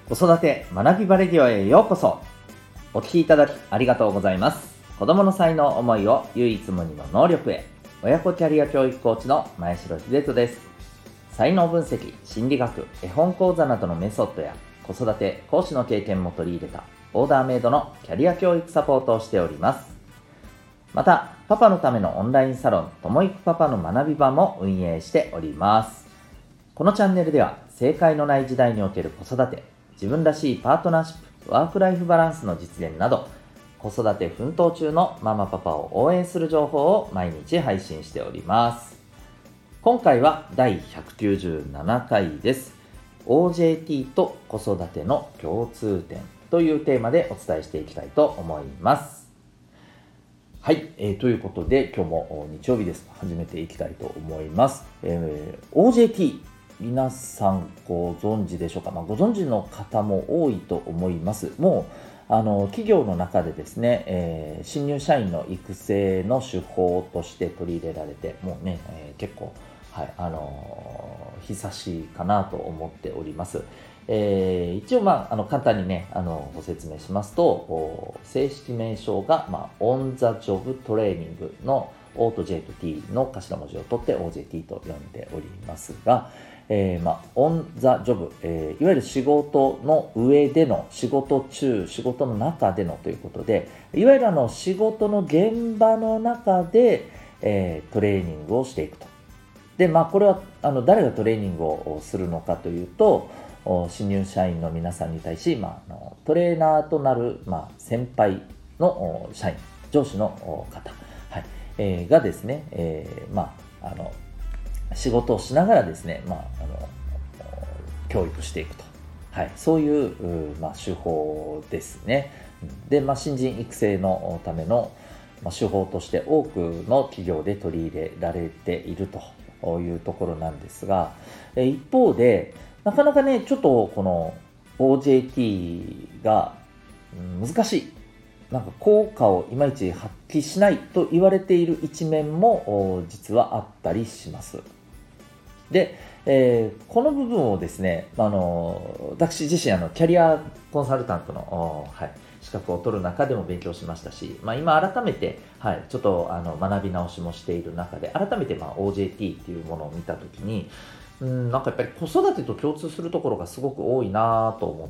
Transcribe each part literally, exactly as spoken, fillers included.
子育て学びバレディオへようこそ。お聞きいただきありがとうございます。子供の才能思いを唯一無二の能力へ、親子キャリア教育コーチの前城秀人です。才能分析、心理学、絵本講座などのメソッドや子育て講師の経験も取り入れたオーダーメイドのキャリア教育サポートをしております。またパパのためのオンラインサロンともいくパパの学び場も運営しております。このチャンネルでは正解のない時代における子育て、自分らしいパートナーシップ、ワークライフバランスの実現など、子育て奮闘中のママパパを応援する情報を毎日配信しております。今回はだいひゃくきゅうじゅうななかいです。オージェーティー と子育ての共通点というテーマでお伝えしていきたいと思います。はい、えー、ということで今日も日曜日です。始めていきたいと思います。えー、オージェーティー皆さんご存知でしょうか。まあ、ご存知の方も多いと思います。もうあの企業の中でですね、えー、新入社員の育成の手法として取り入れられて、もうね、えー、結構、はいあのー、久しいかなと思っております。えー、一応、まあ、あの簡単にねあのご説明しますと、正式名称が、まあ、オン・ザ・ジョブ・トレーニングの オー と ジェイ と T の頭文字を取って オージェーティー と呼んでおりますが、えーまあ、オン・ザ・ジョブ、えー、いわゆる仕事の上での、仕事中、仕事の中でのということで、いわゆるあの仕事の現場の中で、えー、トレーニングをしていくと。で、まあ、これはあの誰がトレーニングをするのかというと、新入社員の皆さんに対し、まあ、あのトレーナーとなる、まあ、先輩の社員、上司の方、はいえー、がですね、えーまあ、あの仕事をしながらですね、まあ、あの教育していくと、はい、そういう、まあ、手法ですね。で、まあ、新人育成のための、まあ、手法として多くの企業で取り入れられているというところなんですが、一方でなかなかねちょっとこの オージェーティー が難しい、なんか効果をいまいち発揮しないと言われている一面も実はあったりします。で、えー、この部分をですね、あの私自身あのキャリアコンサルタントの、はい、資格を取る中でも勉強しましたし、まあ、今改めて、はい、ちょっとあの学び直しもしている中で改めて、まあ、オージェーティー っていうものを見たときに、うんなんかやっぱり子育てと共通するところがすごく多いなと思って、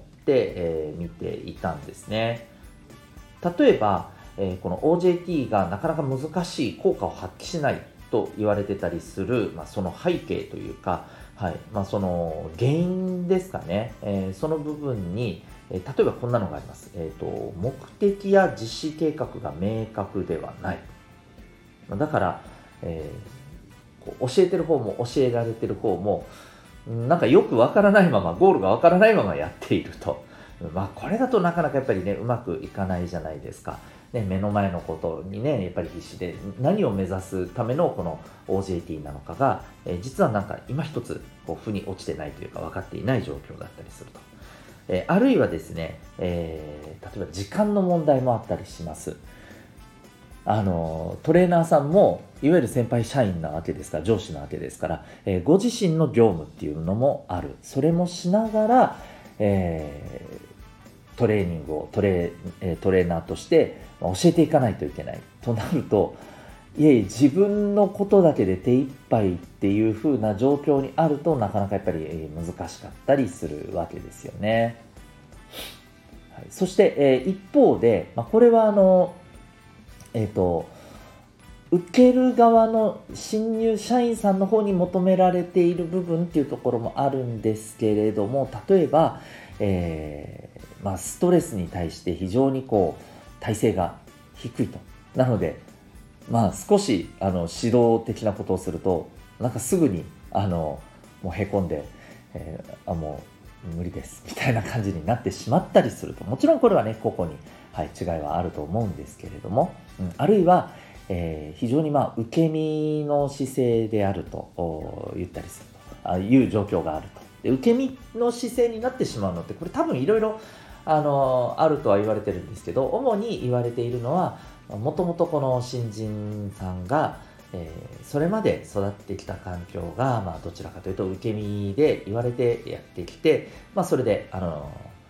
えー、見ていたんですね。例えば、えー、この オージェーティー がなかなか難しい、効果を発揮しないと言われてたりする、まあ、その背景というか、はいまあ、その原因ですかね、えー、その部分に、えー、例えばこんなのがあります。えーと、目的や実施計画が明確ではない。だから、えー、こう教えてる方も教えられてる方もなんかよくわからないまま、ゴールがわからないままやっていると。まあ、これだとなかなかやっぱりねうまくいかないじゃないですか。ね、目の前のことにねやっぱり必死で何を目指すためのこの オージェーティー なのかが、えー、実はなんか今一つこう腑に落ちてないというか分かっていない状況だったりすると、えー、あるいはですね、えー、例えば時間の問題もあったりします。あのトレーナーさんもいわゆる先輩社員なわけですから、上司なわけですから、えー、ご自身の業務っていうのもある。それもしながら、えー、トレーニングをトレー、トレーナーとして教えていかないといけないとなると、いえいえ自分のことだけで手一杯っていう風な状況にあるとなかなかやっぱり難しかったりするわけですよね。はい、そして、えー、一方で、まあ、これはあのえーと、受ける側の新入社員さんの方に求められている部分っていうところもあるんですけれども、例えば、えーまあ、ストレスに対して非常にこう耐性が低いと。なので、まあ、少しあの指導的なことをするとなんかすぐにあのもうへこんで、えー、あもう無理ですみたいな感じになってしまったりすると、もちろんこれはね個々に、はい、違いはあると思うんですけれども、うん、あるいは、えー、非常にまあ受け身の姿勢であると言ったりするとあいう状況があると。で受け身の姿勢になってしまうのってこれ多分いろいろあのあるとは言われてるんですけど、主に言われているのはもともとこの新人さんがえー、それまで育ってきた環境が、まあ、どちらかというと受け身で言われてやってきて、まあ、それで、あの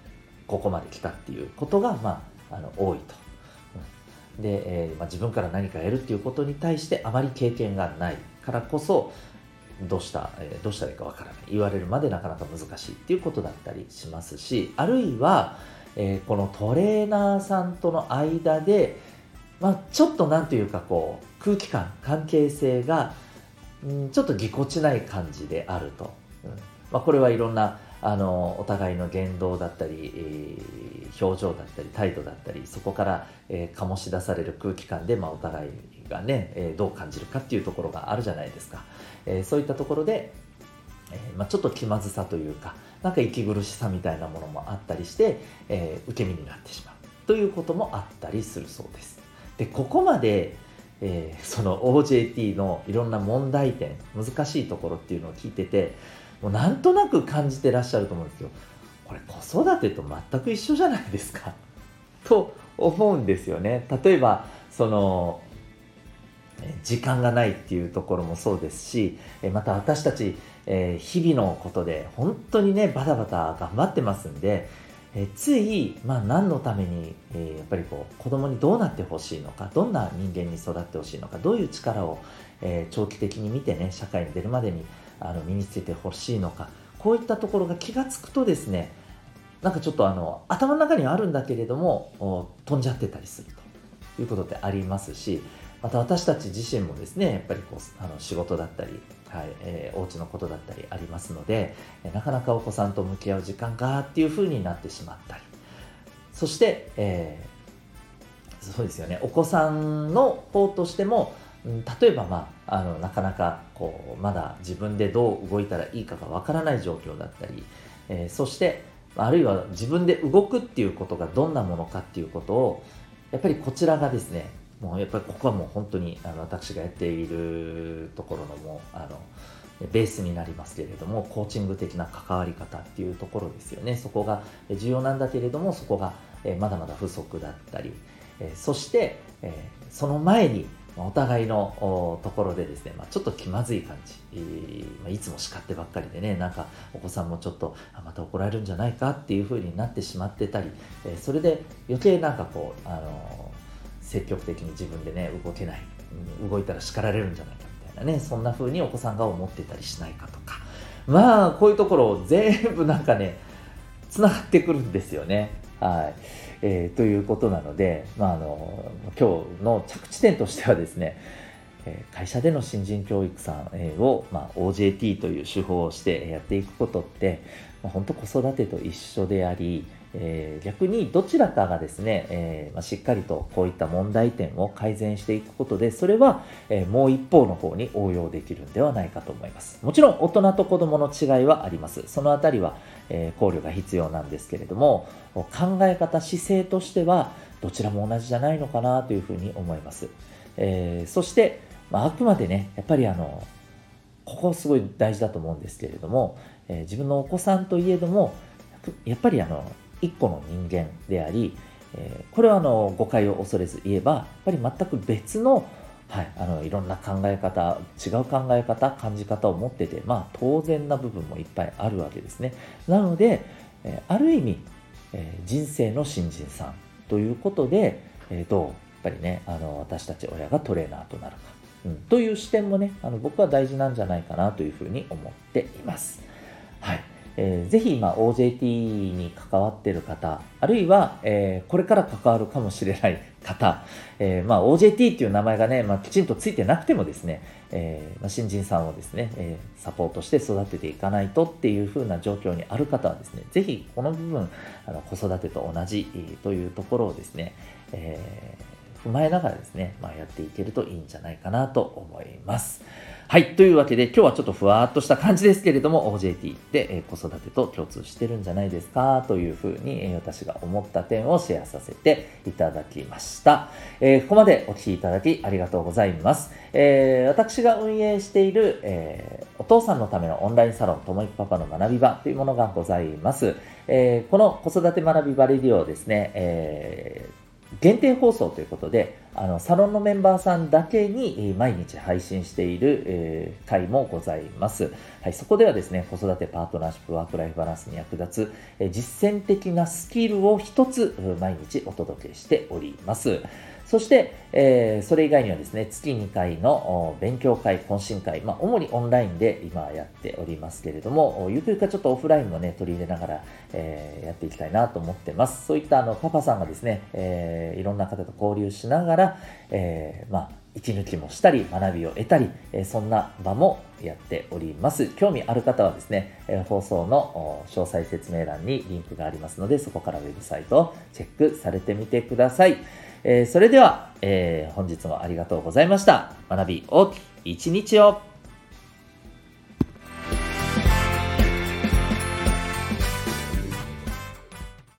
ここまで来たっていうことが、まあ、あの多いと。うん、で、えーまあ、自分から何かやるっていうことに対してあまり経験がないからこそ、どうした、えー、どうしたらいいかわからない、言われるまでなかなか難しいっていうことだったりしますし、あるいは、えー、このトレーナーさんとの間で、まあ、ちょっとなんというかこう空気感、関係性が、うん、ちょっとぎこちない感じであると。うん、まあ、これはいろんなあのお互いの言動だったり、えー、表情だったり態度だったり、そこから、えー、醸し出される空気感で、まあ、お互いがね、えー、どう感じるかっていうところがあるじゃないですか。えー、そういったところで、えーまあ、ちょっと気まずさというか、なんか息苦しさみたいなものもあったりして、えー、受け身になってしまうということもあったりするそうです。で、ここまで、えー、その オージェーティー のいろんな問題点、難しいところっていうのを聞いてて、もうなんとなく感じてらっしゃると思うんですよ。これ子育てと全く一緒じゃないですかと思うんですよね。例えばその時間がないっていうところもそうですし、また私たち日々のことで本当にねバタバタ頑張ってますんで、つい、まあ、何のために、えー、やっぱりこう子供にどうなってほしいのか、どんな人間に育ってほしいのか、どういう力を、えー、長期的に見てね社会に出るまでにあの身につけてほしいのか、こういったところが気がつくとですね、なんかちょっとあの頭の中にはあるんだけれども飛んじゃってたりするということってありますし、また私たち自身もですね、やっぱりこうあの仕事だったり、はいえー、お家のことだったりありますので、なかなかお子さんと向き合う時間がっていう風になってしまったり、そして、えー、そうですよね、お子さんの方としても、例えば、まあ、あのなかなかこうまだ自分でどう動いたらいいかがわからない状況だったり、えー、そしてあるいは自分で動くっていうことがどんなものかっていうことをやっぱりこちらがですね、もうやっぱりここはもう本当にあの私がやっているところのもうあのベースになりますけれども、コーチング的な関わり方っていうところですよね。そこが重要なんだけれども、そこがまだまだ不足だったり、そしてその前にお互いのところでですね、まあ、ちょっと気まずい感じ、まあ、いつも叱ってばっかりでね、なんかお子さんもちょっとあまた怒られるんじゃないかっていう風になってしまってたり、それで余計なんかこうあの積極的に自分でね動けない、動いたら叱られるんじゃないかみたいなね、そんな風にお子さんが思ってたりしないかとか、まあこういうところ全部なんかねつながってくるんですよね。はい、えー、ということなので、まあ、あの今日の着地点としてはですね、えー、会社での新人教育さんを、まあ、オージェーティー という手法をしてやっていくことって、まあ、本当子育てと一緒であり、えー、逆にどちらかがですね、えーまあ、しっかりとこういった問題点を改善していくことで、それは、えー、もう一方の方に応用できるんではないかと思います。もちろん大人と子供の違いはあります。そのあたりは、えー、考慮が必要なんですけれども、考え方、姿勢としてはどちらも同じじゃないのかなというふうに思います。えー、そして、まあ、あくまでねやっぱりあのここすごい大事だと思うんですけれども、えー、自分のお子さんといえどもやっぱりあの一個の人間であり、えー、これはあの誤解を恐れず言えばやっぱり全く別の、はい、あのいろんな考え方、違う考え方、感じ方を持ってて、まあ当然な部分もいっぱいあるわけですね。なので、えー、ある意味、えー、人生の新人さんということで、えー、どうやっぱりねあの私たち親がトレーナーとなるか、うん、という視点もねあの僕は大事なんじゃないかなというふうに思っています。はい、えー、ぜひ今 オージェーティー に関わっている方、あるいは、えー、これから関わるかもしれない方、えーまあ、オージェーティー っていう名前がね、まあ、きちんとついてなくてもですね、えーまあ、新人さんをですね、えー、サポートして育てていかないとっていう風な状況にある方はですね、ぜひこの部分あの子育てと同じというところをですね、えー、踏まえながらですね、まあ、やっていけるといいんじゃないかなと思います。はい。というわけで、今日はちょっとふわーっとした感じですけれども、オージェーティー で、えー、子育てと共通してるんじゃないですかというふうに、えー、私が思った点をシェアさせていただきました。えー、ここまでお聞きいただきありがとうございます。えー、私が運営している、えー、お父さんのためのオンラインサロン、ともいくパパの学び場というものがございます。えー、この子育て学び場レディオをですね、えー限定放送ということで、あのサロンのメンバーさんだけに毎日配信している、えー、回もございます。はい、そこではですね、子育て、パートナーシップ、ワークライフバランスに役立つ、えー、実践的なスキルを一つ毎日お届けしております。そして、えー、それ以外にはですね、月にかいの勉強会、懇親会、まあ、主にオンラインで今やっておりますけれども、ゆくゆくはちょっとオフラインもね、取り入れながら、えー、やっていきたいなと思ってます。そういったあのパパさんがですね、えー、いろんな方と交流しながら、えー、まあ、息抜きもしたり、学びを得たり、えー、そんな場もやっております。興味ある方はですね、えー、放送の詳細説明欄にリンクがありますので、そこからウェブサイトをチェックされてみてください。えー、それでは、えー、本日もありがとうございました。学び大きい一日を。